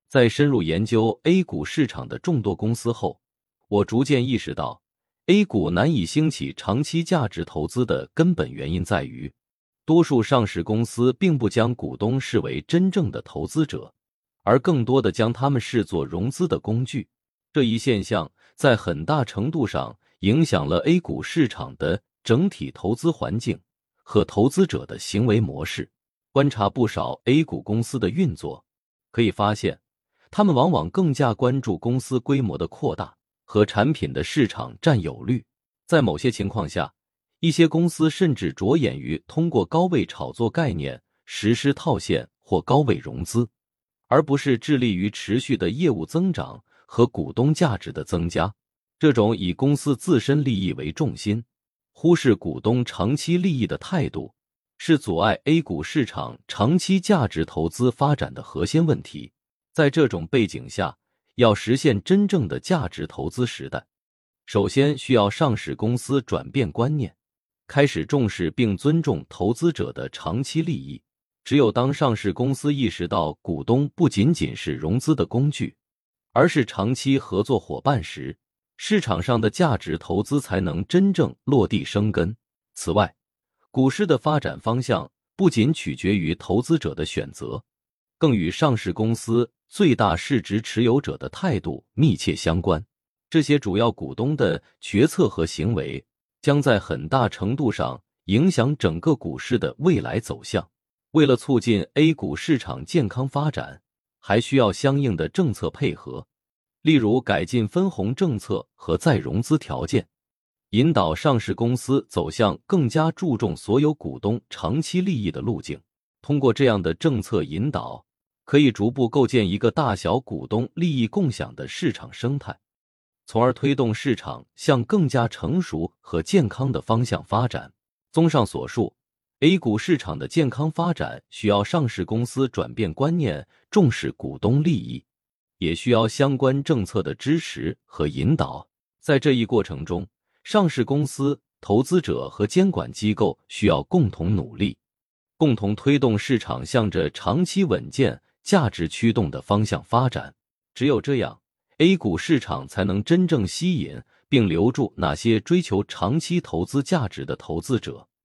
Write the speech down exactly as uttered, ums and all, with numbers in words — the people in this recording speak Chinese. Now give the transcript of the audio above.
在深入研究 A 股市场的众多公司后，我逐渐意识到 A 股难以兴起长期价值投资的根本原因在于，多数上市公司并不将股东视为真正的投资者，而更多的将他们视作融资的工具。这一现象在很大程度上影响了 A 股市场的整体投资环境和投资者的行为模式。观察不少 A 股公司的运作，可以发现，他们往往更加关注公司规模的扩大和产品的市场占有率。在某些情况下，一些公司甚至着眼于通过高位炒作概念实施套现或高位融资，而不是致力于持续的业务增长和股东价值的增加。这种以公司自身利益为重心，忽视股东长期利益的态度，是阻碍 A 股市场长期价值投资发展的核心问题。在这种背景下，要实现真正的价值投资时代，首先需要上市公司转变观念，开始重视并尊重投资者的长期利益。只有当上市公司意识到股东不仅仅是融资的工具，而是长期合作伙伴时，市场上的价值投资才能真正落地生根。此外，股市的发展方向不仅取决于投资者的选择，更与上市公司最大市值持有者的态度密切相关。这些主要股东的决策和行为将在很大程度上影响整个股市的未来走向。为了促进 A 股市场健康发展，还需要相应的政策配合，例如改进分红政策和再融资条件，引导上市公司走向更加注重所有股东长期利益的路径。通过这样的政策引导，可以逐步构建一个大小股东利益共享的市场生态，从而推动市场向更加成熟和健康的方向发展。综上所述， A 股市场的健康发展需要上市公司转变观念，重视股东利益，也需要相关政策的支持和引导。在这一过程中，上市公司、投资者和监管机构需要共同努力，共同推动市场向着长期稳健、价值驱动的方向发展。只有这样， A 股市场才能真正吸引并留住那些追求长期投资价值的投资者。